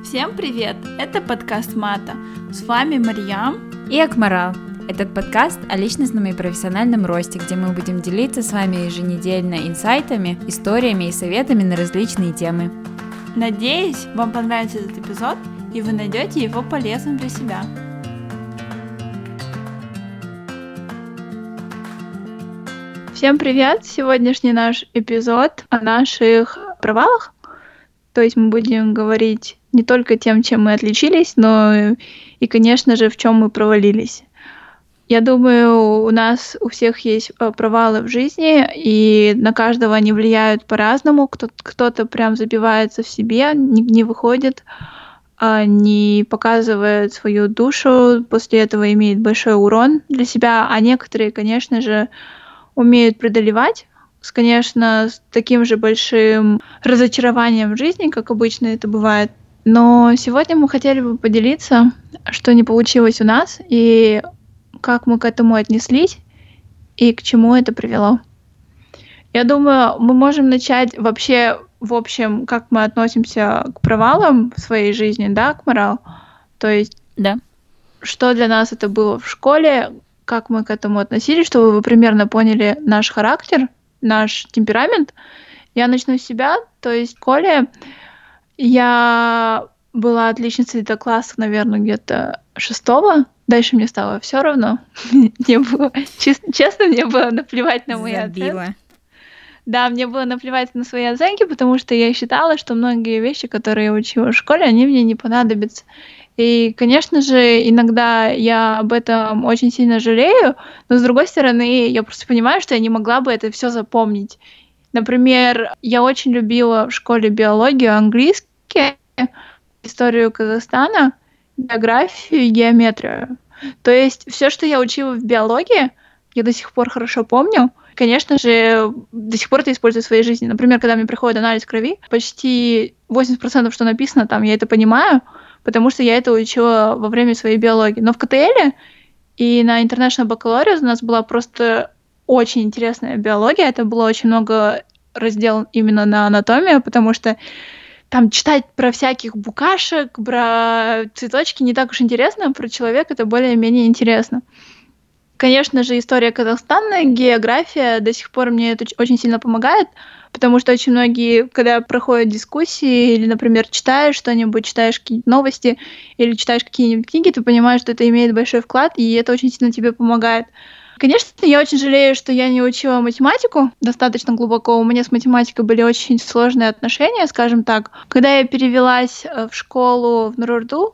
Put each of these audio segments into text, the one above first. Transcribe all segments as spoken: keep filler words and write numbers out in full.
Всем привет! Это подкаст Мата. С вами Марьям и Акмарал. Этот подкаст о личностном и профессиональном росте, где мы будем делиться с вами еженедельно инсайтами, историями и советами на различные темы. Надеюсь, вам понравится этот эпизод, и вы найдете его полезным для себя. Всем привет! Сегодняшний наш эпизод о наших провалах. То есть мы будем говорить не только тем, чем мы отличились, но и, конечно же, в чем мы провалились. Я думаю, у нас у всех есть провалы в жизни, и на каждого они влияют по-разному. Кто- кто-то прям забивается в себе, не, не выходит, а, не показывает свою душу, после этого имеет большой урон для себя, а некоторые, конечно же, умеют преодолевать, с, конечно, с таким же большим разочарованием в жизни, как обычно это бывает. Но сегодня мы хотели бы поделиться, что не получилось у нас, и как мы к этому отнеслись, и к чему это привело. Я думаю, мы можем начать вообще, в общем, как мы относимся к провалам в своей жизни, да, Акмарал? То есть, Да. что для нас это было в школе, как мы к этому относились, чтобы вы примерно поняли наш характер, наш темперамент. Я начну с себя. То есть в школе я была отличницей до класса, наверное, где-то шестого. Дальше мне стало все равно. Мне было, чес- честно, мне было наплевать на мои оценки. Забила. Да, мне было наплевать на свои оценки, потому что я считала, что многие вещи, которые я учила в школе, они мне не понадобятся. И, конечно же, иногда я об этом очень сильно жалею, но, с другой стороны, я просто понимаю, что я не могла бы это все запомнить. Например, я очень любила в школе биологию, английский, историю Казахстана, географию и геометрию. То есть все, что я учила в биологии, я до сих пор хорошо помню. Конечно же, до сих пор это использую в своей жизни. Например, когда мне приходит анализ крови, почти восемьдесят процентов, что написано там, я это понимаю, потому что я это учила во время своей биологии. Но в ка тэ эле и на International Baccalaureate у нас была просто очень интересная биология. Это было очень много раздел именно на анатомию, потому что там читать про всяких букашек, про цветочки не так уж интересно, а про человека это более-менее интересно. Конечно же, история Казахстана, география до сих пор мне это ч- очень сильно помогает, потому что очень многие, когда проходят дискуссии или, например, читаешь что-нибудь, читаешь какие-нибудь новости или читаешь какие-нибудь книги, ты понимаешь, что это имеет большой вклад, и это очень сильно тебе помогает. Конечно, я очень жалею, что я не учила математику достаточно глубоко. У меня с математикой были очень сложные отношения, скажем так. Когда я перевелась э, в школу в Нур-Урду,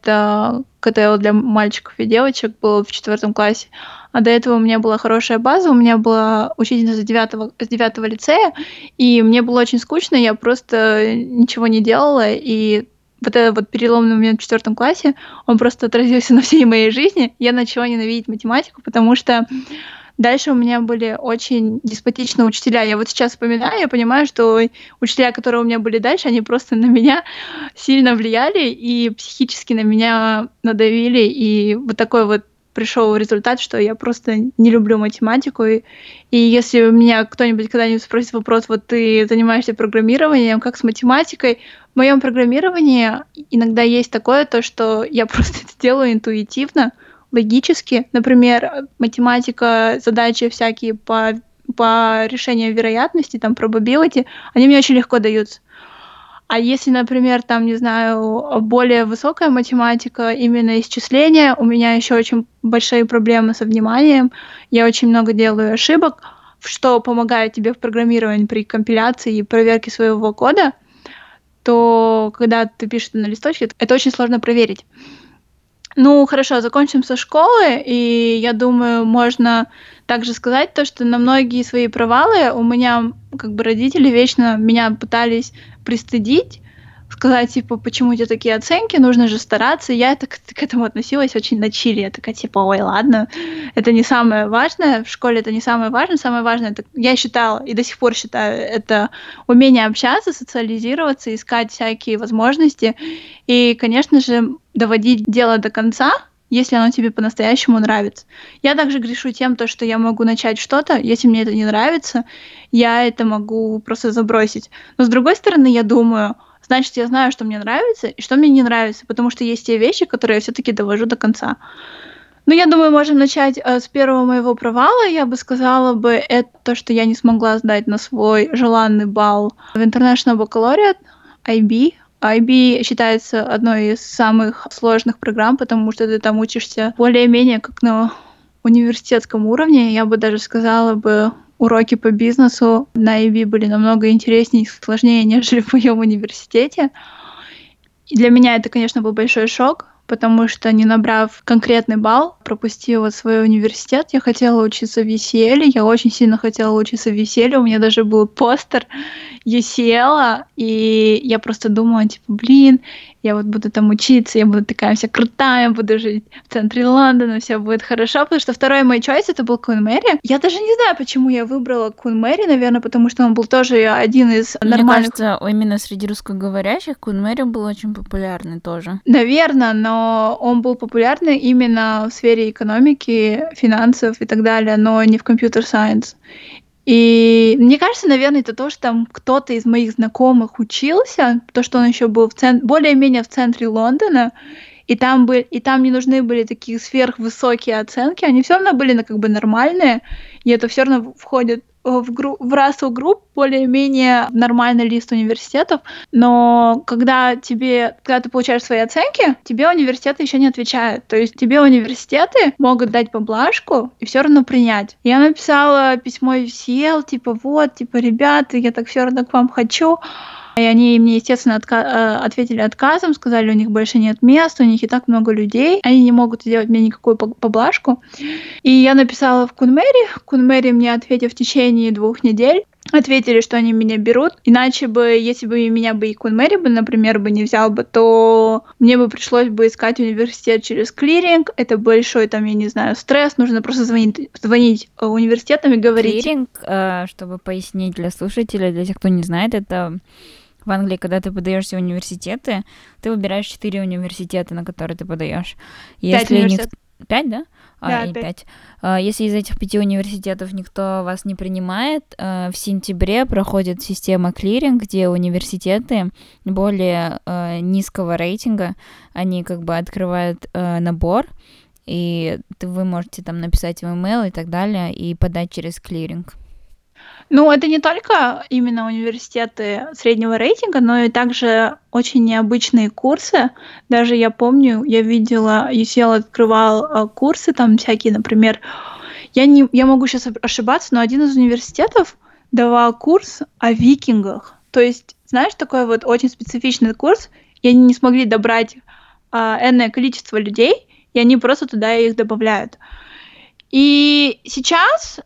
это ка тэ эл для мальчиков и девочек, было в четвертом классе, а до этого у меня была хорошая база, у меня была учительница с девятого, с девятого лицея, и мне было очень скучно, я просто ничего не делала, и вот этот вот переломный момент в четвертом классе, он просто отразился на всей моей жизни. Я начала ненавидеть математику, потому что дальше у меня были очень деспотичные учителя. Я вот сейчас вспоминаю, я понимаю, что учителя, которые у меня были дальше, они просто на меня сильно влияли и психически на меня надавили. И вот такой вот пришел результат, что я просто не люблю математику. И, и если у меня кто-нибудь когда-нибудь спросит вопрос, вот ты занимаешься программированием, как с математикой? В моем программировании иногда есть такое, то, что я просто это делаю интуитивно, логически. Например, математика, задачи всякие по, по решению вероятности, там, probability, они мне очень легко даются. А если, например, там, не знаю, более высокая математика, именно исчисления, у меня еще очень большие проблемы со вниманием, я очень много делаю ошибок, что помогает тебе в программировании при компиляции и проверке своего кода, то когда ты пишешь это на листочке, это очень сложно проверить. Ну, хорошо, закончим со школы, и я думаю, можно также сказать то, что на многие свои провалы у меня как бы родители вечно меня пытались пристыдить, сказать, типа, почему у тебя такие оценки, нужно же стараться. Я так к этому относилась очень на чили. Я такая, типа, ой, ладно, это не самое важное, в школе это не самое важное, самое важное, это, я считала и до сих пор считаю, это умение общаться, социализироваться, искать всякие возможности и, конечно же, доводить дело до конца, если оно тебе по-настоящему нравится. Я также грешу тем, то, что я могу начать что-то, если мне это не нравится, я это могу просто забросить. Но с другой стороны, я думаю, значит, я знаю, что мне нравится и что мне не нравится, потому что есть те вещи, которые я все-таки довожу до конца. Ну, я думаю, можем начать э, с первого моего провала. Я бы сказала бы, это то, что я не смогла сдать на свой желанный балл в International Baccalaureate, ай би. ай би считается одной из самых сложных программ, потому что ты там учишься более-менее как на университетском уровне. Я бы даже сказала бы, уроки по бизнесу на ай би были намного интереснее и сложнее, нежели в моем университете. И для меня это, конечно, был большой шок, потому что, не набрав конкретный балл, пропустила свой университет. Я хотела учиться в ю си эл, я очень сильно хотела учиться в ю си эл, у меня даже был постер ю си эл, и я просто думала, типа, блин, я вот буду там учиться, я буду такая вся крутая, буду жить в центре Лондона, все будет хорошо, потому что второй мой choice это был Queen Mary. Я даже не знаю, почему я выбрала Queen Mary, наверное, потому что он был тоже один из Мне нормальных... кажется, именно среди русскоговорящих Queen Mary был очень популярный тоже. Наверное, но он был популярный именно в сфере экономики, финансов и так далее, но не в компьютер-сайенс. И мне кажется, наверное, это то, что там кто-то из моих знакомых учился, то, что он еще был в цен... более-менее в центре Лондона, и там, бы... и там не нужны были такие сверхвысокие оценки, они все равно были ну, как бы нормальные, и это все равно входит в, гру... в Russell Group, более-менее нормальный лист университетов, но когда тебе, когда ты получаешь свои оценки, тебе университеты еще не отвечают, то есть тебе университеты могут дать поблажку и все равно принять. Я написала письмо в ю си эл, типа вот, типа ребята, я так все равно к вам хочу. И они мне, естественно, отка- ответили отказом, сказали, у них больше нет места, у них и так много людей, они не могут сделать мне никакую поблажку. И я написала в Queen Mary. Queen Mary мне ответили в течение двух недель. Ответили, что они меня берут. Иначе бы, если бы меня бы и Queen Mary бы, например, бы не взял бы, то мне бы пришлось бы искать университет через клиринг. Это большой, там, я не знаю, стресс. Нужно просто звонить, звонить университетам и говорить. Клиринг, чтобы пояснить для слушателей, для тех, кто не знает, это... В Англии, когда ты подаешься в университеты, ты выбираешь четыре университета, на которые ты подаешь. Пять университетов. Пять, да? Да, а, и пять. пять. А, если из этих пяти университетов никто вас не принимает, а, в сентябре проходит система клиринг, где университеты более а, низкого рейтинга, они как бы открывают а, набор, и вы можете там написать в имейл и так далее, и подать через клиринг. Ну, это не только именно университеты среднего рейтинга, но и также очень необычные курсы. Даже я помню, я видела, ю си эл открывал курсы там всякие, например, я, не, я могу сейчас ошибаться, но один из университетов давал курс о викингах. То есть, знаешь, такой вот очень специфичный курс, и они не смогли добрать а, энное количество людей, и они просто туда их добавляют. И сейчас...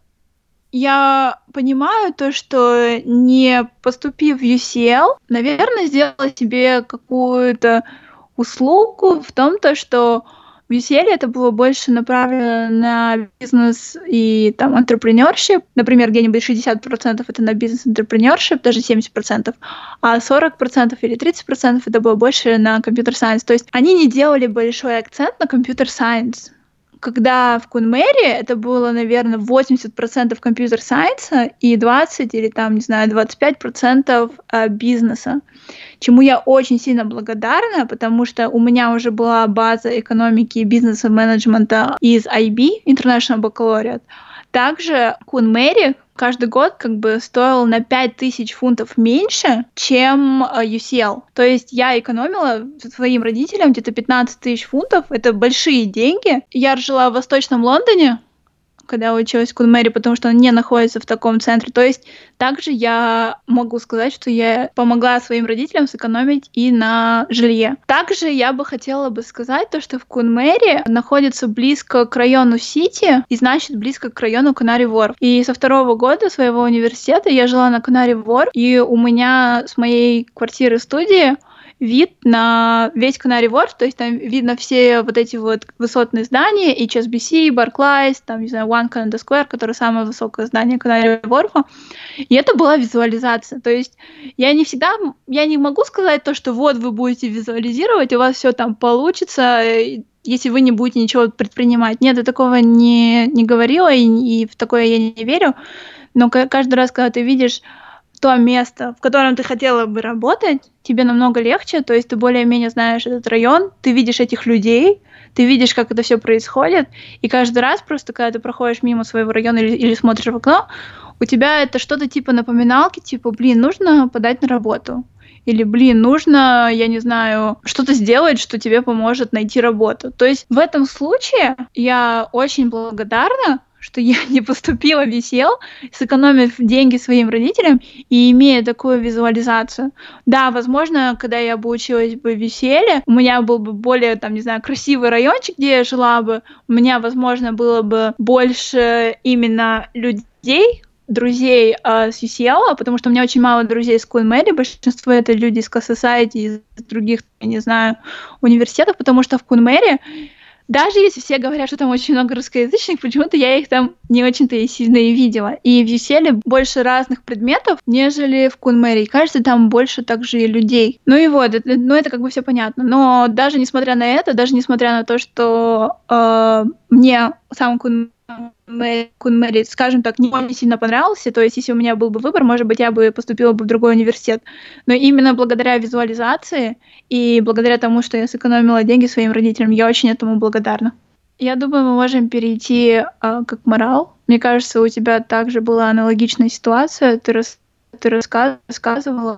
Я понимаю то, что не поступив в ю си эл, наверное, сделала себе какую-то услугу в том, то, что в ю си эл это было больше направлено на бизнес и там entrepreneurship. Например, где-нибудь шестьдесят процентов это на бизнес-entrepreneurship, даже семьдесят процентов, а сорок процентов или тридцать процентов это было больше на компьютер-сайенс. То есть они не делали большой акцент на компьютер-сайенс. Когда в Queen Mary это было, наверное, восемьдесят процентов компьютер-сайенса и двадцать или там, не знаю, двадцать пять процентов бизнеса, чему я очень сильно благодарна, потому что у меня уже была база экономики и бизнес-менеджмента из ай би, International Baccalaureate. Также Queen Mary каждый год как бы стоил на пять тысяч фунтов меньше, чем ю си эл. То есть я экономила своим родителям где-то пятнадцать тысяч фунтов. Это большие деньги. Я жила в Восточном Лондоне, когда училась в Queen Mary, потому что он не находится в таком центре. То есть также я могу сказать, что я помогла своим родителям сэкономить и на жилье. Также я бы хотела бы сказать то, что в Queen Mary находится близко к району Сити и значит близко к району Канари-Ворф. И со второго года своего университета я жила на Канари-Ворф, и у меня с моей квартиры-студии вид на весь Канари-Ворф, то есть там видно все вот эти вот высотные здания, эйч эс би си, Barclays, там, не знаю, One Canada Square, которое самое высокое здание Канари-Ворфа. И это была визуализация. То есть я не всегда, я не могу сказать то, что вот вы будете визуализировать, у вас все там получится, если вы не будете ничего предпринимать. Нет, я такого не, не говорила, и, и в такое я не верю. Но каждый раз, когда ты видишь то место, в котором ты хотела бы работать, тебе намного легче, то есть ты более-менее знаешь этот район, ты видишь этих людей, ты видишь, как это все происходит, и каждый раз просто, когда ты проходишь мимо своего района или, или смотришь в окно, у тебя это что-то типа напоминалки, типа, блин, нужно подать на работу. Или, блин, нужно, я не знаю, что-то сделать, что тебе поможет найти работу. То есть в этом случае я очень благодарна, что я не поступила в ви си эл, сэкономив деньги своим родителям и имея такую визуализацию. Да, возможно, когда я бы училась бы в ви си эл, у меня был бы более, там, не знаю, красивый райончик, где я жила бы, у меня, возможно, было бы больше именно людей, друзей э, с ю си эл, потому что у меня очень мало друзей с Queen Mary, большинство это люди из Cass Society, из других, я не знаю, университетов, потому что в Queen Mary, даже если все говорят, что там очень много русскоязычных, почему-то я их там не очень-то и сильно и видела. И в ю си эл больше разных предметов, нежели в Queen Mary. Кажется, там больше также и людей. Ну и вот, это, ну это как бы все понятно. Но даже несмотря на это, даже несмотря на то, что э, мне сам Queen Мэри, скажем так, не очень сильно понравился, то есть если у меня был бы выбор, может быть, я бы поступила бы в другой университет. Но именно благодаря визуализации и благодаря тому, что я сэкономила деньги своим родителям, я очень этому благодарна. Я думаю, мы можем перейти а, как морал. Мне кажется, у тебя также была аналогичная ситуация, ты, рас... ты раска... рассказывала.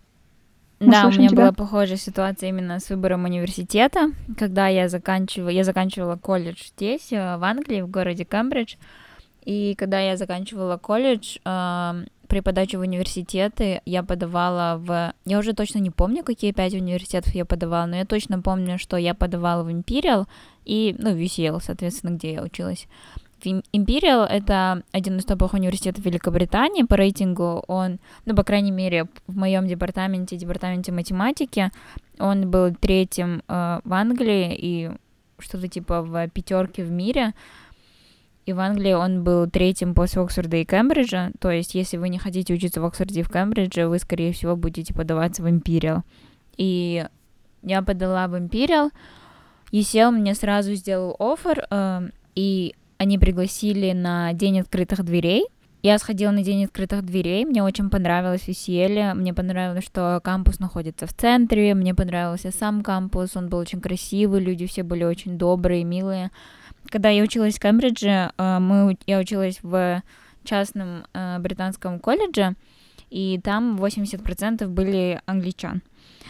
Да, у меня тебя. Была похожая ситуация именно с выбором университета, когда я заканчивала, я заканчивала колледж здесь, в Англии, в городе Кембридж, и когда я заканчивала колледж, э, при подаче в университеты я подавала в... Я уже точно не помню, какие пять университетов я подавала, но я точно помню, что я подавала в Imperial и, ну, в ю си эл, соответственно, где я училась. Imperial — это один из топовых университетов Великобритании по рейтингу. Он, ну, по крайней мере, в моем департаменте, департаменте математики, он был третьим э, в Англии и что-то типа в пятерке в мире. И в Англии он был третьим после Оксфорда и Кембриджа. То есть, если вы не хотите учиться в Оксфорде и в Кембридже, вы, скорее всего, будете подаваться в Imperial. И я подала в Imperial. ю си эл мне сразу сделал оффер, э, и они пригласили на День открытых дверей. Я сходила на День открытых дверей, мне очень понравилось в ю си эл, мне понравилось, что кампус находится в центре, мне понравился сам кампус, он был очень красивый, люди все были очень добрые, милые. Когда я училась в Кембридже, мы, я училась в частном британском колледже, и там восемьдесят процентов были англичан.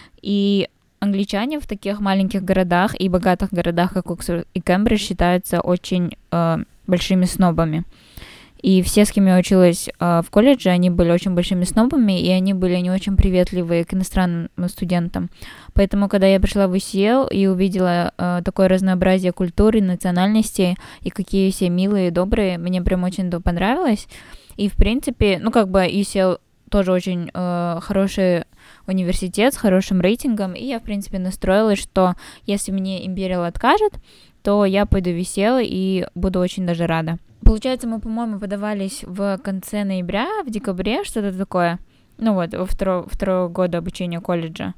И англичане в таких маленьких городах и богатых городах, как Оксфорд и Кембридж, считаются очень э, большими снобами. И все, с кем я училась э, в колледже, они были очень большими снобами, и они были не очень приветливые к иностранным студентам. Поэтому, когда я пришла в ю си эл и увидела э, такое разнообразие культуры, национальностей, и какие все милые и добрые, мне прям очень понравилось. И, в принципе, ну, как бы ю си эл тоже очень э, хороший университет с хорошим рейтингом, и я, в принципе, настроилась, что если мне Imperial откажет, то я пойду в ю си эл и буду очень даже рада. Получается, мы, по-моему, подавались в конце ноября, в декабре, что-то такое, ну вот, во второго, второго года обучения колледжа,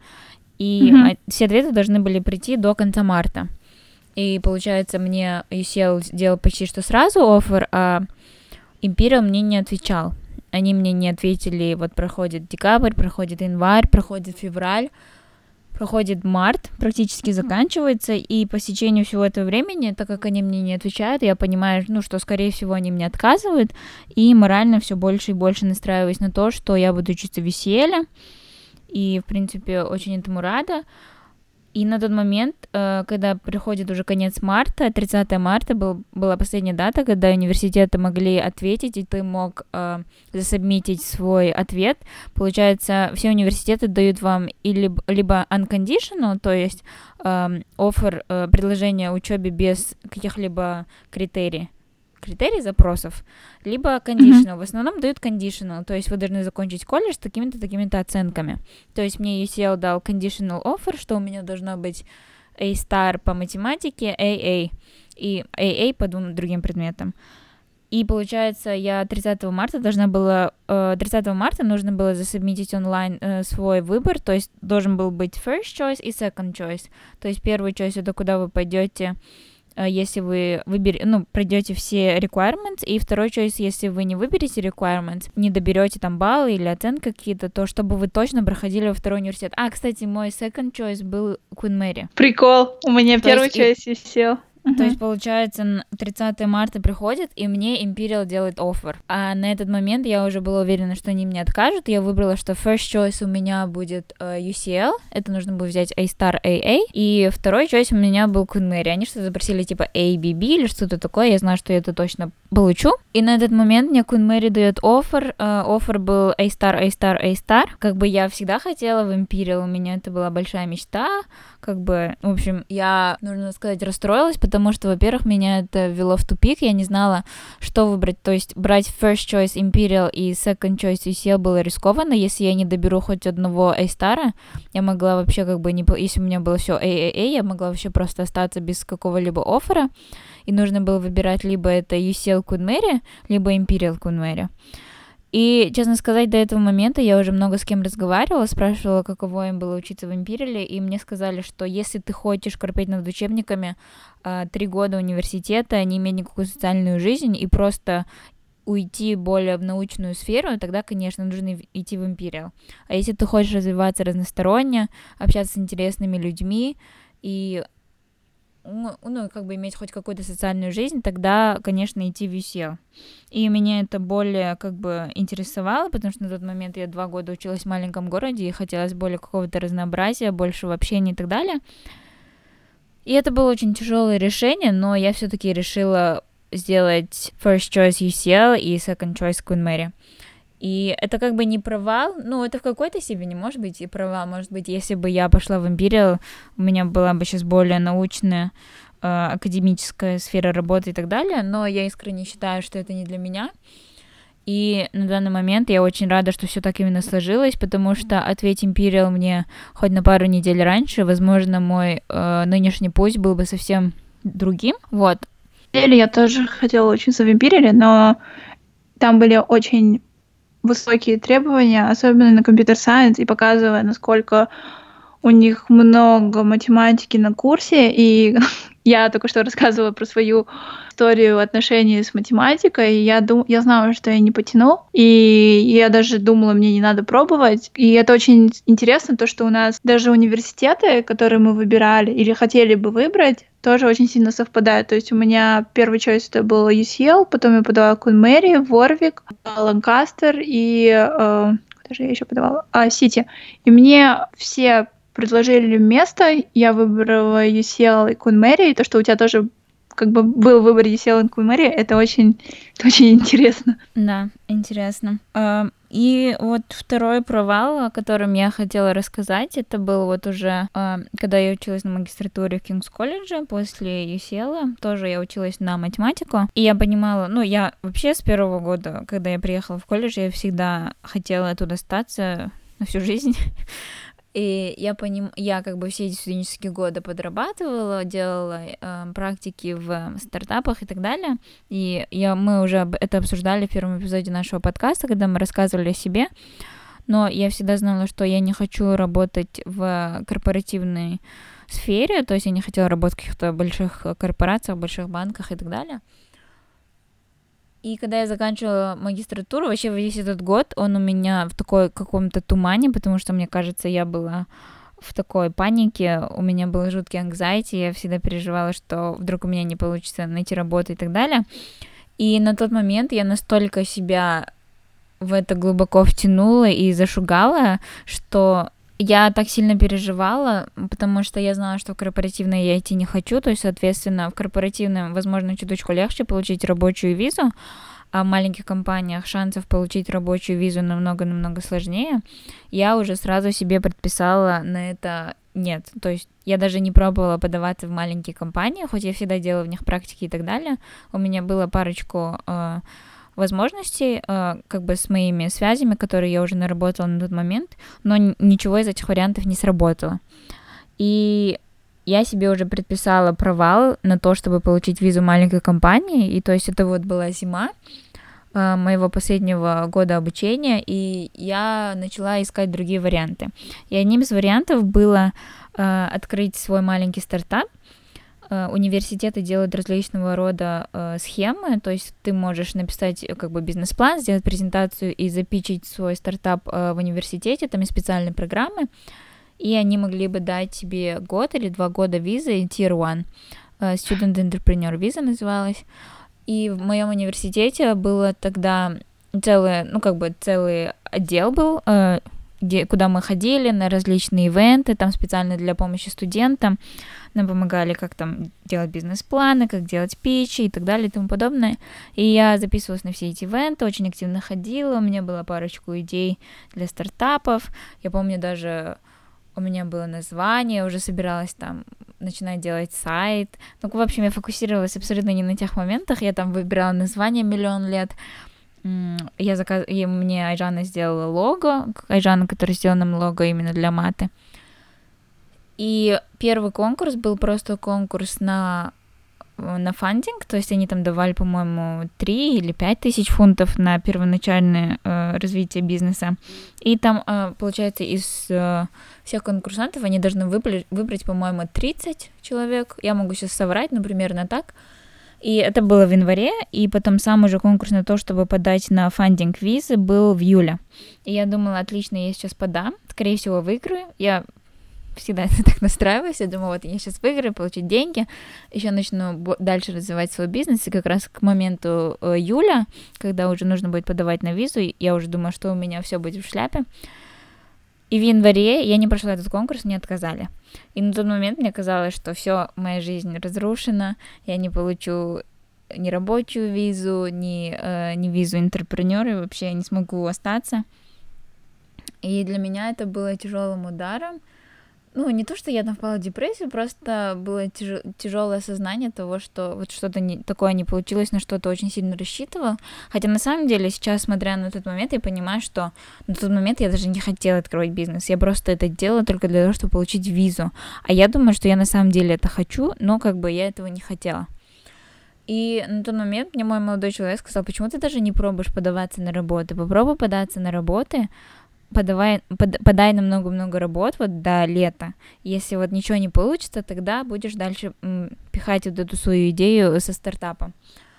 и mm-hmm. все ответы должны были прийти до конца марта. И, получается, мне ю си эл сделал почти что сразу оффер, а Imperial мне не отвечал. Они мне не ответили, вот проходит декабрь, проходит январь, проходит февраль, проходит март, практически заканчивается, и по стечению всего этого времени, так как они мне не отвечают, я понимаю, ну, что, скорее всего, они мне отказывают, и морально все больше и больше настраиваюсь на то, что я буду учиться в ю си эл, и, в принципе, очень этому рада. И на тот момент, когда приходит уже конец марта, тридцатого марта был, была последняя дата, когда университеты могли ответить, и ты мог э, засубмитить свой ответ. Получается, все университеты дают вам или, либо unconditional, то есть э, offer, э, предложение о учебе без каких-либо критерий, критерий запросов, либо conditional. Mm-hmm. В основном дают conditional, то есть вы должны закончить колледж с такими-то, такими-то оценками. То есть мне ю си эл дал conditional offer, что у меня должно быть A-star по математике, эй эй и эй эй по двум другим предметам. И получается, я тридцатого марта должна была, тридцатого марта нужно было засубмитить онлайн свой выбор, то есть должен был быть first choice и second choice. То есть первый choice — это куда вы пойдете если вы выберете, ну, пройдете все requirements, и второй choice, если вы не выберете requirements, не доберете там баллы или оценки какие-то, то чтобы вы точно проходили во второй университет. А, кстати, мой second choice был Queen Mary. Прикол, у меня То первый есть и- choice сел. То Мгм. есть, получается, н- тридцатого марта приходит, и мне Imperial делает оффер. А на этот момент я уже была уверена, что они мне откажут. Я выбрала, что first choice у меня будет э, ю си эл, это нужно было взять A-Star эй эй, и второй choice у меня был Queen Mary. Они что-то запросили типа A B B или что-то такое, я знаю, что я это точно получу. И на этот момент мне Queen Mary дает оффер. Оффер был A-Star, A-Star, A-Star. Как бы я всегда хотела в Imperial, у меня это была большая мечта. Как бы, в общем, я, нужно сказать, расстроилась, потому что, во-первых, меня это ввело в тупик, я не знала, что выбрать, то есть брать first choice Imperial и second choice ю си эл было рискованно, если я не доберу хоть одного A-Star, я могла вообще как бы, не, если у меня было все эй эй эй, я могла вообще просто остаться без какого-либо оффера, и нужно было выбирать либо это ю си эл Queen Mary, либо Imperial Queen Mary. И, честно сказать, до этого момента я уже много с кем разговаривала, спрашивала, каково им было учиться в Империале, и мне сказали, что если ты хочешь корпеть над учебниками, три года университета, не иметь никакую социальную жизнь и просто уйти более в научную сферу, тогда, конечно, нужно идти в Imperial. А если ты хочешь развиваться разносторонне, общаться с интересными людьми и ну, как бы иметь хоть какую-то социальную жизнь, тогда, конечно, идти в ю си эл. И меня это более, как бы, интересовало, потому что на тот момент я два года училась в маленьком городе, и хотелось более какого-то разнообразия, большего общения и так далее. И это было очень тяжелое решение, но я все-таки решила сделать first choice ю си эл и second choice Queen Mary. И это как бы не провал, ну, это в какой-то степени может быть и провал. Может быть, если бы я пошла в Imperial, у меня была бы сейчас более научная, э, академическая сфера работы и так далее, но я искренне считаю, что это не для меня. И на данный момент я очень рада, что все так именно сложилось, потому что ответь Imperial мне хоть на пару недель раньше, возможно, мой э, нынешний путь был бы совсем другим. Вот. Я тоже хотела учиться в Imperial, но там были очень высокие требования, особенно на компьютер-сайенс, и показывая, насколько у них много математики на курсе, и я только что рассказывала про свою историю отношений с математикой, и я, дум... я знала, что я не потяну, и я даже думала, мне не надо пробовать. И это очень интересно, то, что у нас даже университеты, которые мы выбирали или хотели бы выбрать, тоже очень сильно совпадают. То есть у меня первый choice это был ю си эл, потом я подавала Queen Mary, Ворвик, Ланкастер и... Э, куда же я еще подавала? А, Сити. И мне все предложили место, я выбрала ю си эл и Queen Mary, и то, что у тебя тоже как бы был выбор ю си эл и Queen Mary, это очень, это очень интересно. Да, интересно. И вот второй провал, о котором я хотела рассказать, это был вот уже, когда я училась на магистратуре в Кингс колледже после ю си эл, тоже я училась на математику, и я понимала, ну, я вообще с первого года, когда я приехала в колледж, я всегда хотела оттуда остаться на всю жизнь. И я поним... я как бы все эти студенческие годы подрабатывала, делала э, практики в стартапах и так далее. И я... мы уже это обсуждали в первом эпизоде нашего подкаста, когда мы рассказывали о себе. Но я всегда знала, что я не хочу работать в корпоративной сфере, то есть я не хотела работать в каких-то больших корпорациях, больших банках и так далее. И когда я заканчивала магистратуру, вообще весь этот год, он у меня в такой каком-то тумане, потому что, мне кажется, я была в такой панике, у меня был жуткий anxiety, я всегда переживала, что вдруг у меня не получится найти работу и так далее. И на тот момент я настолько себя в это глубоко втянула и зашугала, что я так сильно переживала, потому что я знала, что в корпоративное я идти не хочу, то есть, соответственно, в корпоративном, возможно, чуточку легче получить рабочую визу, а в маленьких компаниях шансов получить рабочую визу намного-намного сложнее. Я уже сразу себе предписала на это нет. То есть я даже не пробовала подаваться в маленькие компании, хоть я всегда делала в них практики и так далее. У меня было парочку... Э, возможностей, э, как бы с моими связями, которые я уже наработала на тот момент, но ничего из этих вариантов не сработало. И я себе уже предписала провал на то, чтобы получить визу маленькой компании, и то есть это вот была зима э, моего последнего года обучения, и я начала искать другие варианты. И одним из вариантов было э, открыть свой маленький стартап, э, университеты делают различного рода э, схемы, то есть ты можешь написать э, как бы бизнес-план, сделать презентацию и запичить свой стартап э, в университете, там есть специальные программы, и они могли бы дать тебе год или два года визы Tier один, э, Student Entrepreneur виза называлась, и в моем университете было тогда целый, ну как бы целый отдел был, э, где, куда мы ходили на различные ивенты, там специально для помощи студентам, нам помогали, как там делать бизнес-планы, как делать питчи и так далее и тому подобное. И я записывалась на все эти ивенты, очень активно ходила, у меня была парочку идей для стартапов. Я помню, даже у меня было название, я уже собиралась там начинать делать сайт. Ну, в общем, я фокусировалась абсолютно не на тех моментах, я там выбирала название миллион лет. Я заказ... и мне Айжана сделала лого, Айжана, которая сделала нам лого именно для маты. И первый конкурс был просто конкурс на, на фандинг, то есть они там давали, по-моему, три или пять тысяч фунтов на первоначальное э, развитие бизнеса. И там, э, получается, из э, всех конкурсантов они должны выбрать, выбрать, по-моему, тридцать человек. Я могу сейчас соврать, но примерно так. И это было в январе, и потом сам уже конкурс на то, чтобы подать на фандинг визы, был в июле. И я думала, отлично, я сейчас подам, скорее всего, выиграю. Я всегда так настраиваюсь, я думаю, вот я сейчас выиграю, получу деньги, еще начну дальше развивать свой бизнес, и как раз к моменту июля, когда уже нужно будет подавать на визу, я уже думаю, что у меня все будет в шляпе. И в январе я не прошла этот конкурс, мне отказали. И на тот момент мне казалось, что все, моя жизнь разрушена, я не получу ни рабочую визу, ни, э, ни визу интерпренера, и вообще я не смогу остаться. И для меня это было тяжелым ударом. Ну, не то, что я там впала в депрессию, просто было тяж... тяжелое осознание того, что вот что-то не... такое не получилось, на что-то очень сильно рассчитывал. Хотя на самом деле сейчас, смотря на тот момент, я понимаю, что на тот момент я даже не хотела открывать бизнес. Я просто это делала только для того, чтобы получить визу. А я думаю, что я на самом деле это хочу, но как бы я этого не хотела. И на тот момент мне мой молодой человек сказал, почему ты даже не пробуешь подаваться на работы? Попробуй податься на работы, подавай, под, подай на много-много работ вот до лета. Если вот ничего не получится, тогда будешь дальше м, пихать вот эту свою идею со стартапом.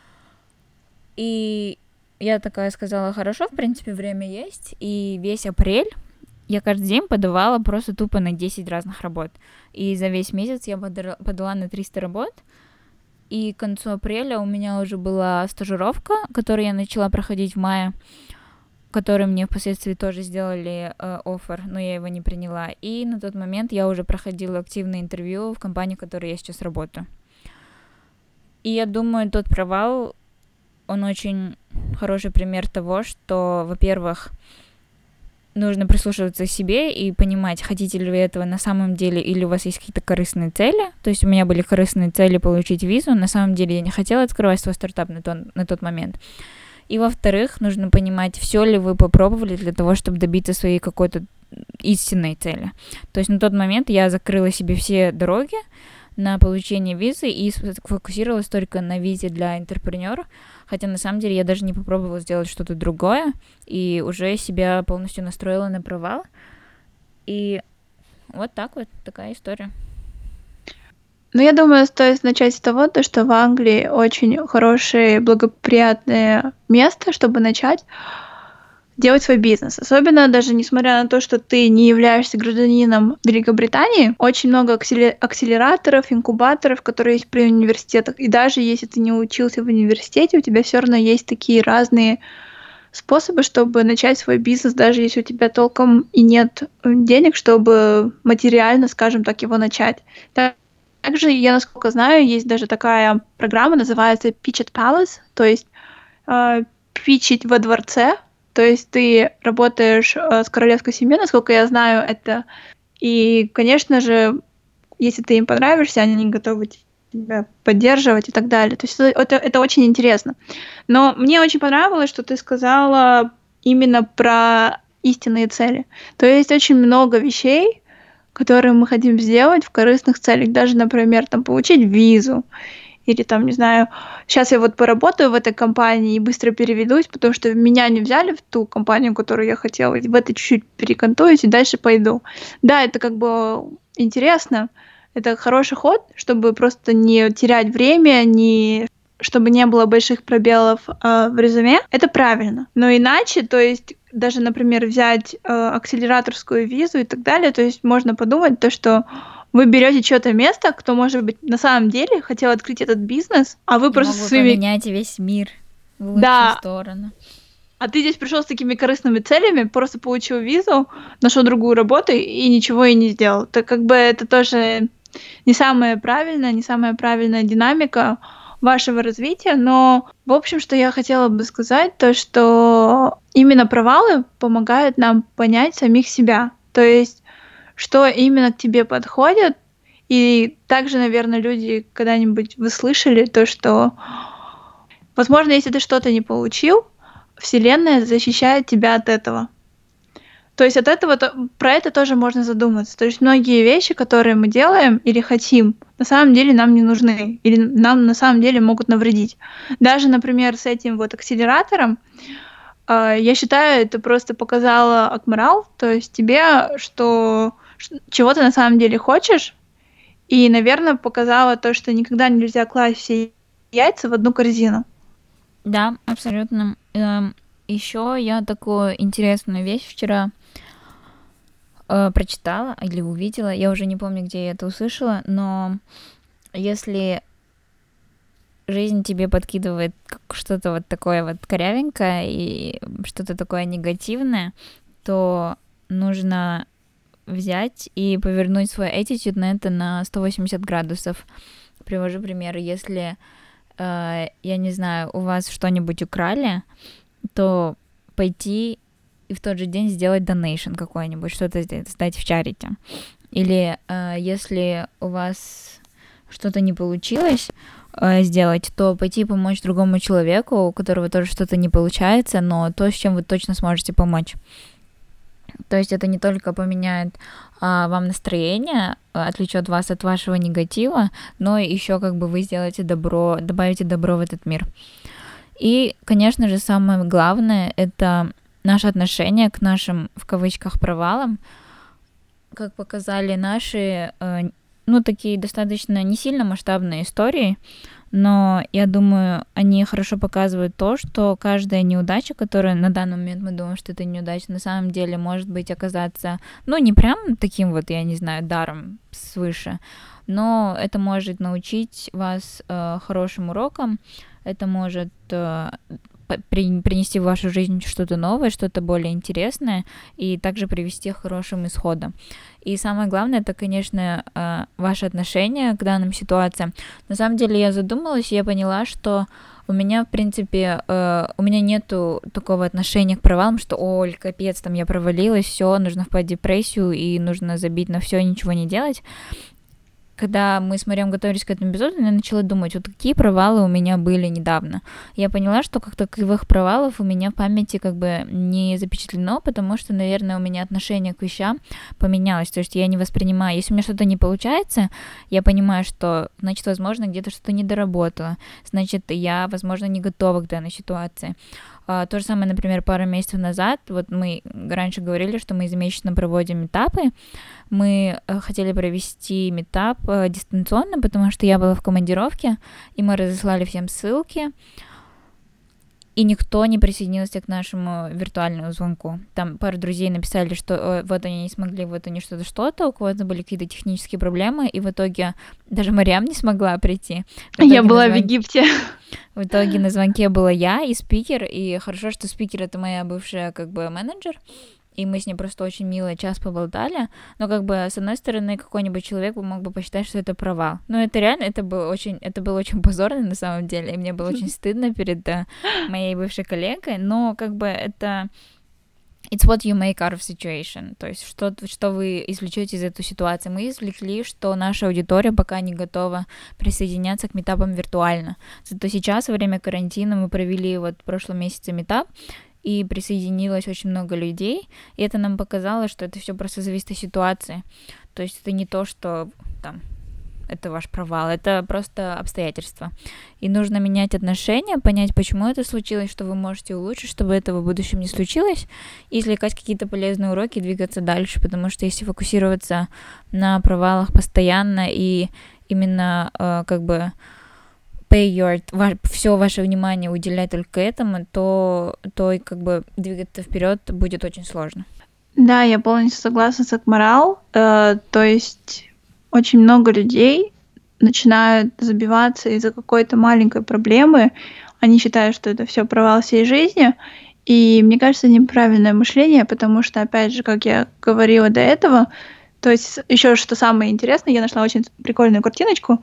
И я такая сказала, хорошо, в принципе, время есть. И весь апрель я каждый день подавала просто тупо на десять разных работ. И за весь месяц я подала на триста работ. И к концу апреля у меня уже была стажировка, которую я начала проходить в мае, которые мне впоследствии тоже сделали э, оффер, но я его не приняла. И на тот момент я уже проходила активное интервью в компании, в которой я сейчас работаю. И я думаю, тот провал, он очень хороший пример того, что, во-первых, нужно прислушиваться к себе и понимать, хотите ли вы этого на самом деле, или у вас есть какие-то корыстные цели. То есть у меня были корыстные цели получить визу, на самом деле я не хотела открывать свой стартап на тот, на тот момент. И, во-вторых, нужно понимать, все ли вы попробовали для того, чтобы добиться своей какой-то истинной цели. То есть на тот момент я закрыла себе все дороги на получение визы и сфокусировалась только на визе для интерпренера, хотя на самом деле я даже не попробовала сделать что-то другое и уже себя полностью настроила на провал. И вот так вот, такая история. Ну, я думаю, стоит начать с того, то, что в Англии очень хорошее, благоприятное место, чтобы начать делать свой бизнес. Особенно даже несмотря на то, что ты не являешься гражданином Великобритании, очень много акселераторов, инкубаторов, которые есть при университетах. И даже если ты не учился в университете, у тебя все равно есть такие разные способы, чтобы начать свой бизнес, даже если у тебя толком и нет денег, чтобы материально, скажем так, его начать. Также, я насколько знаю, есть даже такая программа, называется Pitch at Palace, то есть э, питчить во дворце, то есть ты работаешь э, с королевской семьей, насколько я знаю это, и, конечно же, если ты им понравишься, они готовы тебя поддерживать и так далее. То есть это, это очень интересно. Но мне очень понравилось, что ты сказала именно про истинные цели. То есть очень много вещей, которые мы хотим сделать в корыстных целях. Даже, например, там, получить визу. Или там, не знаю, сейчас я вот поработаю в этой компании и быстро переведусь, потому что меня не взяли в ту компанию, которую я хотела. В этой чуть-чуть перекантуюсь и дальше пойду. Да, это как бы интересно, это хороший ход, чтобы просто не терять время, не чтобы не было больших пробелов э, в резюме. Это правильно. Но иначе, то есть даже, например, взять э, акселераторскую визу и так далее, то есть можно подумать то, что вы берете чьё-то место, кто, может быть, на самом деле хотел открыть этот бизнес, а вы И просто мог бы своими... поменять весь мир в лучшую Да, сторону. а ты здесь пришел с такими корыстными целями, просто получил визу, нашел другую работу и ничего и не сделал. То как бы это тоже не самая правильная, не самая правильная динамика вашего развития, но в общем, что я хотела бы сказать, то что именно провалы помогают нам понять самих себя. То есть, что именно к тебе подходит. И также, наверное, люди когда-нибудь вы слышали то, что, возможно, если ты что-то не получил, Вселенная защищает тебя от этого. То есть от этого то, про это тоже можно задуматься. То есть многие вещи, которые мы делаем или хотим, на самом деле нам не нужны, или нам на самом деле могут навредить. Даже, например, с этим вот акселератором, э, я считаю, это просто показало Акмарал, то есть тебе, что ш- чего ты на самом деле хочешь, и, наверное, показало то, что никогда нельзя класть все яйца в одну корзину. Да, абсолютно. Эм, Еще я такую интересную вещь вчера э, прочитала или увидела. Я уже не помню, где я это услышала, но если жизнь тебе подкидывает как что-то вот такое вот корявенькое и что-то такое негативное, то нужно взять и повернуть свой attitude на это на сто восемьдесят градусов. Привожу пример. Если, э, я не знаю, у вас что-нибудь украли, то пойти и в тот же день сделать donation какой-нибудь, что-то сдать в чарити. Или э, если у вас что-то не получилось э, сделать, то пойти помочь другому человеку, у которого тоже что-то не получается, но то, с чем вы точно сможете помочь. То есть это не только поменяет а, вам настроение, отвлечет вас от вашего негатива, но еще как бы вы сделаете добро, добавите добро в этот мир. И, конечно же, самое главное — это наше отношение к нашим, в кавычках, провалам. Как показали наши, э, ну, такие достаточно не сильно масштабные истории, но я думаю, они хорошо показывают то, что каждая неудача, которая на данный момент мы думаем, что это неудача, на самом деле может быть оказаться, ну, не прям таким вот, я не знаю, даром свыше, но это может научить вас э, хорошим урокам, это может э, при, принести в вашу жизнь что-то новое, что-то более интересное, и также привести к хорошим исходам. И самое главное, это, конечно, э, ваше отношение к данным ситуациям. На самом деле я задумалась, и я поняла, что у меня, в принципе, э, у меня нету такого отношения к провалам, что, ой, капец, там я провалилась, все, нужно впасть в депрессию, и нужно забить на все, ничего не делать. Когда мы с Марием готовились к этому эпизоду, я начала думать, вот какие провалы у меня были недавно. Я поняла, что как таковых провалов у меня в памяти как бы не запечатлено, потому что, наверное, у меня отношение к вещам поменялось. То есть я не воспринимаю, если у меня что-то не получается, я понимаю, что, значит, возможно, где-то что-то недоработала, значит, я, возможно, не готова к данной ситуации. Uh, то же самое, например, пару месяцев назад, вот мы раньше говорили, что мы ежемесячно проводим митапы, мы uh, хотели провести митап uh, дистанционно, потому что я была в командировке, и мы разослали всем ссылки, и никто не присоединился к нашему виртуальному звонку. Там пару друзей написали, что вот они не смогли, вот они что-то, что-то, у кого-то были какие-то технические проблемы, и в итоге даже Мариам не смогла прийти. Я была звон... в Египте. В итоге на звонке была я и спикер, и хорошо, что спикер — это моя бывшая как бы менеджер, и мы с ней просто очень мило час поболтали, но как бы с одной стороны какой-нибудь человек мог бы посчитать, что это провал. Но это реально, это было очень, это было очень позорно на самом деле, и мне было очень стыдно перед uh, моей бывшей коллегой, но как бы это it's what you make out of situation, то есть что, что вы извлечете из этой ситуации. Мы извлекли, что наша аудитория пока не готова присоединяться к митапам виртуально. Зато сейчас, во время карантина, мы провели вот в прошлом месяце митап, и присоединилось очень много людей, и это нам показало, что это все просто зависит от ситуации. То есть это не то, что там это ваш провал, это просто обстоятельства. И нужно менять отношения, понять, почему это случилось, что вы можете улучшить, чтобы этого в будущем не случилось, и извлекать какие-то полезные уроки и двигаться дальше, потому что если фокусироваться на провалах постоянно и именно э, как бы pay your, ва- все ваше внимание уделять только этому, то, то и как бы двигаться вперед будет очень сложно. Да, я полностью согласна с Акмарал. Э, то есть очень много людей начинают забиваться из-за какой-то маленькой проблемы. Они считают, что это все провал всей жизни. И мне кажется, неправильное мышление, потому что, опять же, как я говорила до этого, то есть еще что самое интересное, я нашла очень прикольную картиночку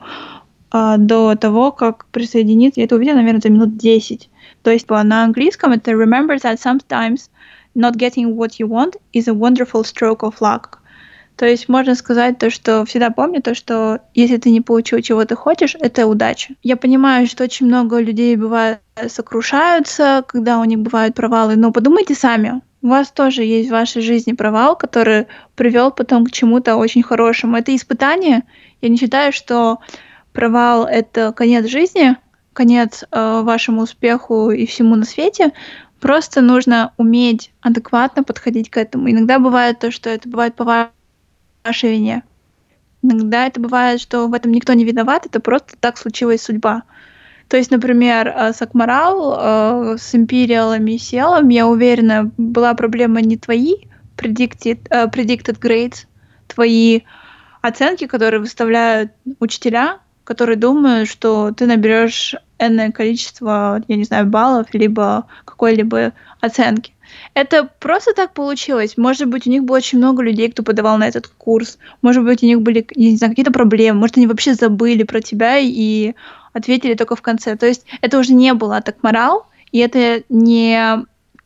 а, до того, как присоединиться. Я это увидела, наверное, за минут десять. То есть по- на английском это remember that sometimes not getting what you want is a wonderful stroke of luck. То есть можно сказать то, что всегда помни то, что если ты не получил, чего ты хочешь, это удача. Я понимаю, что очень много людей бывает сокрушаются, когда у них бывают провалы, но подумайте сами. У вас тоже есть в вашей жизни провал, который привел потом к чему-то очень хорошему. Это испытание. Я не считаю, что провал — это конец жизни, конец э, вашему успеху и всему на свете. Просто нужно уметь адекватно подходить к этому. Иногда бывает то, что это бывает по ва- вашей вине. Иногда это бывает, что в этом никто не виноват, это просто так случилась судьба. То есть, например, э, с Акмарал, э, с империалами и селом, я уверена, была проблема не твои predicted, э, predicted grades, твои оценки, которые выставляют учителя, которые думают, что ты наберешь энное количество, я не знаю, баллов, либо какой-либо оценки. Это просто так получилось. Может быть, у них было очень много людей, кто подавал на этот курс. Может быть, у них были, я не знаю, какие-то проблемы. Может, они вообще забыли про тебя и ответили только в конце. То есть это уже не было так морал, и это не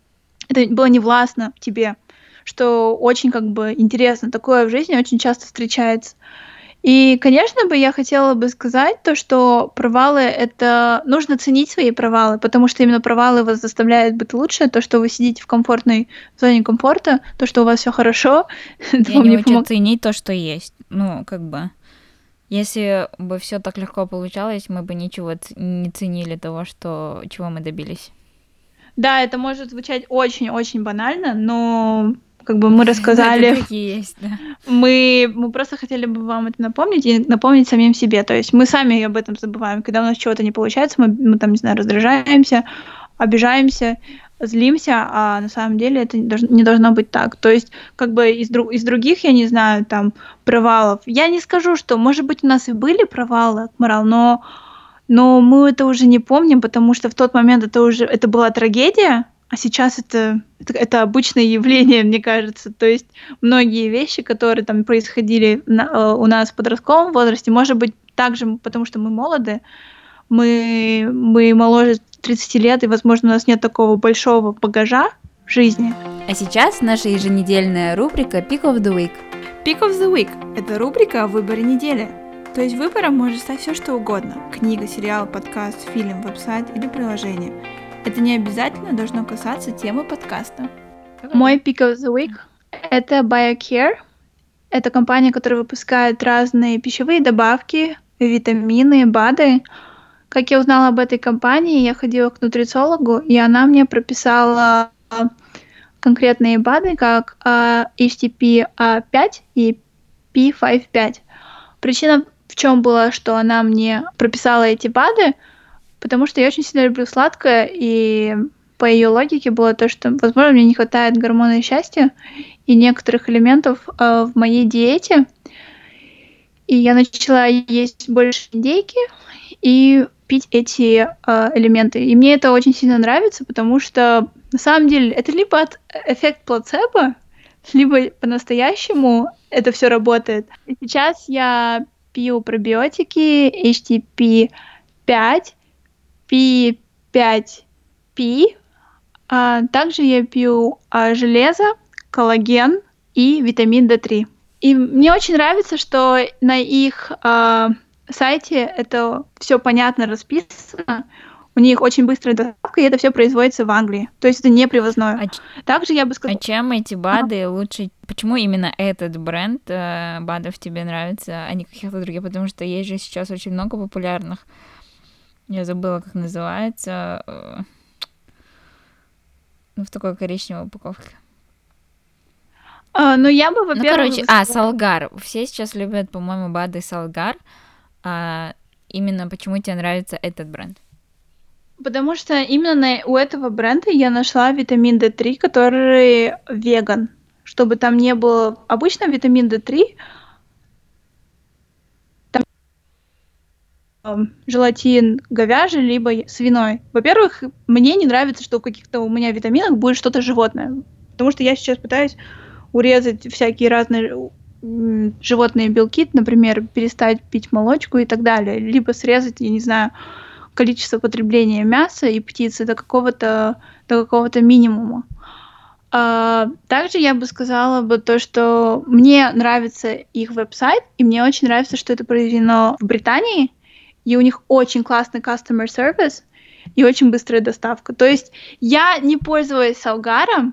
это было не властно тебе, что очень как бы интересно. Такое в жизни очень часто встречается. И, конечно бы, я хотела бы сказать то, что провалы — это нужно ценить свои провалы, потому что именно провалы вас заставляют быть лучше. То, что вы сидите в комфортной зоне комфорта, то, что у вас все хорошо, это Я вам не не учат помогает. ценить то, что есть. Ну, как бы, если бы все так легко получалось, мы бы ничего ц- не ценили того, что, чего мы добились. Да, это может звучать очень-очень банально, но как бы мы Да, это рассказали, так и есть, да. мы, мы просто хотели бы вам это напомнить и напомнить самим себе. То есть мы сами об этом забываем. Когда у нас чего-то не получается, мы, мы там, не знаю, раздражаемся, обижаемся, злимся, а на самом деле это не должно, не должно быть так. То есть как бы из, друг, из других, я не знаю, там, провалов, я не скажу, что, может быть, у нас и были провалы, Морал, но, но мы это уже не помним, потому что в тот момент это уже это была трагедия, а сейчас это, это, это обычное явление, мне кажется. То есть многие вещи, которые там происходили на, э, у нас в подростковом возрасте, может быть, также потому что мы молоды, мы, мы моложе тридцати лет, и, возможно, у нас нет такого большого багажа в жизни. А сейчас наша еженедельная рубрика Pick of the Week. Pick of the Week – это рубрика о выборе недели. То есть выбором может стать все что угодно – книга, сериал, подкаст, фильм, веб-сайт или приложение. Это не обязательно должно касаться темы подкаста. Мой Pick of the Week – это BioCare. Это компания, которая выпускает разные пищевые добавки, витамины, БАДы. Как я узнала об этой компании, я ходила к нутрициологу, и она мне прописала конкретные БАДы, как а, эйч ти пи пять и пи пять пять. Причина в чем была, что она мне прописала эти БАДы, потому что я очень сильно люблю сладкое, и по ее логике было то, что, возможно, мне не хватает гормона счастья и некоторых элементов э, в моей диете. И я начала есть больше индейки и пить эти э, элементы. И мне это очень сильно нравится, потому что на самом деле это либо от эффект плацебо, либо по-настоящему это все работает. И сейчас я пью пробиотики эйч ти пи пять, пи пять пи. А также я пью а, железо, коллаген и витамин дэ три. И мне очень нравится, что на их а, сайте это все понятно расписано. У них очень быстрая доставка, и это все производится в Англии. То есть это не привозное. А, Также я бы а сказала... чем эти БАДы лучше? Почему именно этот бренд э, БАДов тебе нравится, а не каких-то других? Потому что есть же сейчас очень много популярных. Я забыла, как называется. э, Ну, в такой коричневой упаковке. А, ну, я бы, Ну, во-первых, короче, а, сказала- Салгар. Все сейчас любят, по-моему, БАДы Салгар. А именно почему тебе нравится этот бренд? потому что именно на- у этого бренда я нашла витамин дэ три, который веган. Чтобы там не было... Обычно витамин дэ три, ам, желатин говяжий, либо е- свиной. Во-первых, мне не нравится, что в каких-то у меня витаминах будет что-то животное. Потому что я сейчас пытаюсь урезать всякие разные м, животные белки, например, перестать пить молочку и так далее. Либо срезать, я не знаю, количество потребления мяса и птицы до какого-то до какого-то минимума. А, также я бы сказала бы то, что мне нравится их веб-сайт, и мне очень нравится, что это произведено в Британии, и у них очень классный customer service и очень быстрая доставка. То есть я не пользовалась Салгаром,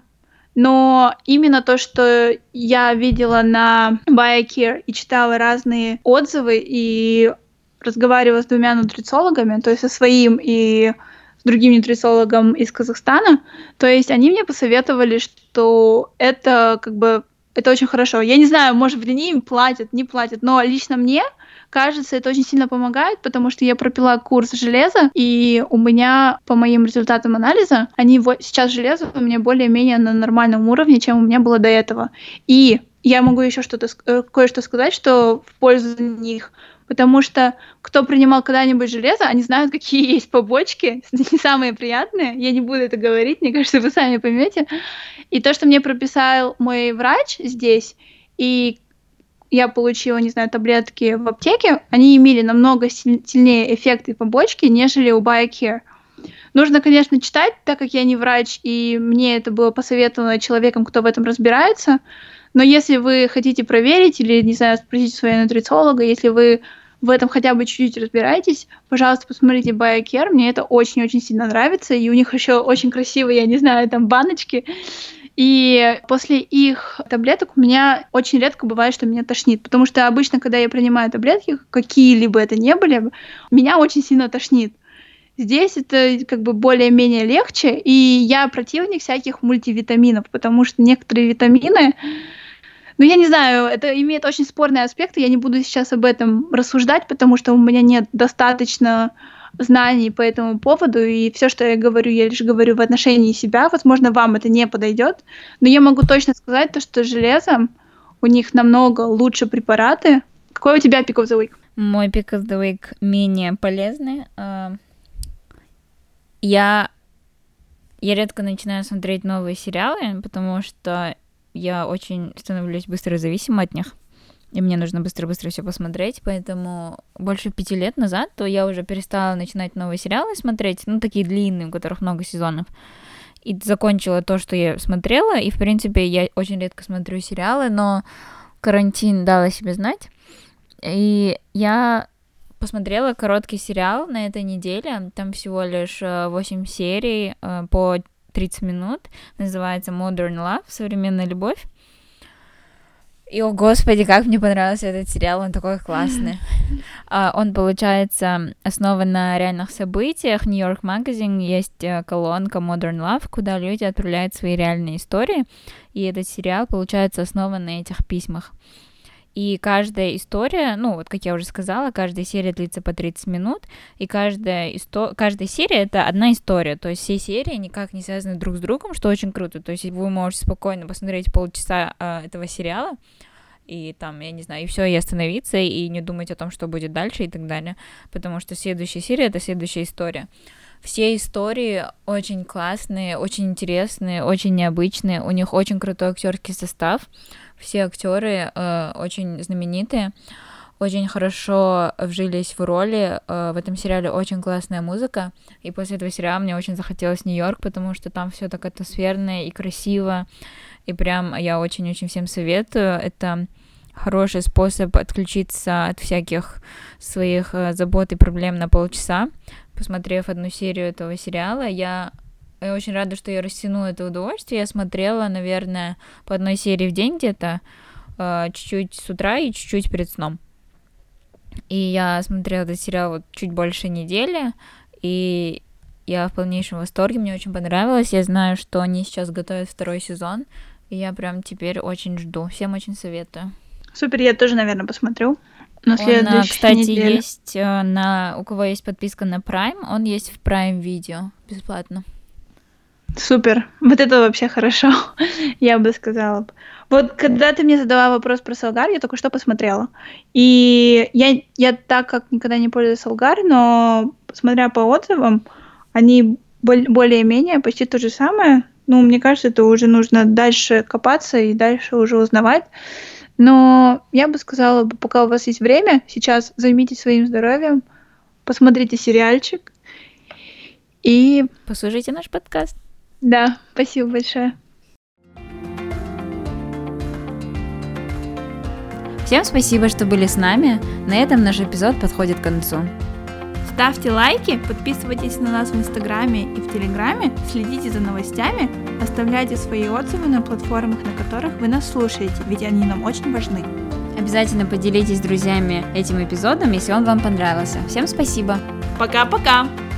но именно то, что я видела на BioCare и читала разные отзывы и разговаривала с двумя нутрициологами, то есть со своим и с другим нутрициологом из Казахстана, то есть они мне посоветовали, что это как бы это очень хорошо. Я не знаю, может быть, они им платят, не платят, но лично мне кажется, это очень сильно помогает, потому что я пропила курс железа, и у меня, по моим результатам анализа, они вот сейчас железо у меня более-менее на нормальном уровне, чем у меня было до этого. И я могу еще что-то ск- э, кое-что сказать, что в пользу них, потому что кто принимал когда-нибудь железо, они знают, какие есть побочки, не самые приятные. Я не буду это говорить, мне кажется, вы сами поймете. И то, что мне прописал мой врач здесь, и я получила, не знаю, таблетки в аптеке, они имели намного силь- сильнее эффекты и побочки, нежели у BioCare. Нужно, конечно, читать, так как я не врач, и мне это было посоветовано человеком, кто в этом разбирается. Но если вы хотите проверить или, не знаю, спросить своего нутрициолога, если вы в этом хотя бы чуть-чуть разбираетесь, пожалуйста, посмотрите BioCare, мне это очень-очень сильно нравится, и у них еще очень красивые, я не знаю, там баночки, и после их таблеток у меня очень редко бывает, что меня тошнит, потому что обычно, когда я принимаю таблетки, какие-либо это не были, меня очень сильно тошнит. Здесь это как бы более-менее легче, и я противник всяких мультивитаминов, потому что некоторые витамины, ну, я не знаю, это имеет очень спорные аспекты, я не буду сейчас об этом рассуждать, потому что у меня нет достаточно знаний по этому поводу, и все, что я говорю, я лишь говорю в отношении себя. Возможно, вам это не подойдет, но я могу точно сказать то, что железом у них намного лучше препараты. Какой у тебя pick of the week? Мой pick of the week менее полезный. А, Я, я редко начинаю смотреть новые сериалы, потому что я очень становлюсь быстро зависима от них, и мне нужно быстро-быстро все посмотреть, поэтому больше пяти лет назад то я уже перестала начинать новые сериалы смотреть, ну, такие длинные, у которых много сезонов, и закончила то, что я смотрела, и, в принципе, я очень редко смотрю сериалы, но карантин дал о себе знать, и я посмотрела короткий сериал на этой неделе, там всего лишь восемь серий э, по тридцать минут, называется Modern Love, современная любовь. И, о господи, как мне понравился этот сериал, он такой классный. Uh, он, получается, основан на реальных событиях. New York Magazine есть колонка Modern Love, куда люди отправляют свои реальные истории, и этот сериал, получается, основан на этих письмах. И каждая история, ну, вот как я уже сказала, каждая серия длится по тридцать минут, и каждая, исто... каждая серия — это одна история, то есть все серии никак не связаны друг с другом, что очень круто, то есть вы можете спокойно посмотреть полчаса э, этого сериала, и там, я не знаю, и все, и остановиться, и не думать о том, что будет дальше и так далее, потому что следующая серия — это следующая история. Все истории очень классные, очень интересные, очень необычные, у них очень крутой актерский состав, все актеры э, очень знаменитые, очень хорошо вжились в роли, э, в этом сериале очень классная музыка, и после этого сериала мне очень захотелось Нью-Йорк, потому что там все так атмосферно и красиво, и прям я очень-очень всем советую. Это хороший способ отключиться от всяких своих э, забот и проблем на полчаса. Посмотрев одну серию этого сериала, я, я очень рада, что я растянула это удовольствие. Я смотрела, наверное, по одной серии в день где-то, э, чуть-чуть с утра и чуть-чуть перед сном. И я смотрела этот сериал вот чуть больше недели, и я в полнейшем восторге, мне очень понравилось. Я знаю, что они сейчас готовят второй сезон, и я прям теперь очень жду. Всем очень советую. Супер, я тоже, наверное, посмотрю на Он, следующей кстати, неделе. есть на... У кого есть подписка на Prime, он есть в Prime Video бесплатно. Супер, вот это вообще хорошо, я бы сказала. Вот когда ты мне задала вопрос про Солгар, я только что посмотрела. И я, я так как никогда не пользуюсь Солгар, но смотря по отзывам, они бол- более-менее почти то же самое. Ну, мне кажется, это уже нужно дальше копаться и дальше уже узнавать. Но я бы сказала, пока у вас есть время, сейчас займитесь своим здоровьем, посмотрите сериальчик и... Послушайте наш подкаст. Да, спасибо большое. Всем спасибо, что были с нами. На этом наш эпизод подходит к концу. Ставьте лайки, подписывайтесь на нас в Инстаграме и в Телеграме, следите за новостями, оставляйте свои отзывы на платформах, на которых вы нас слушаете, ведь они нам очень важны. Обязательно поделитесь с друзьями этим эпизодом, если он вам понравился. Всем спасибо. Пока-пока!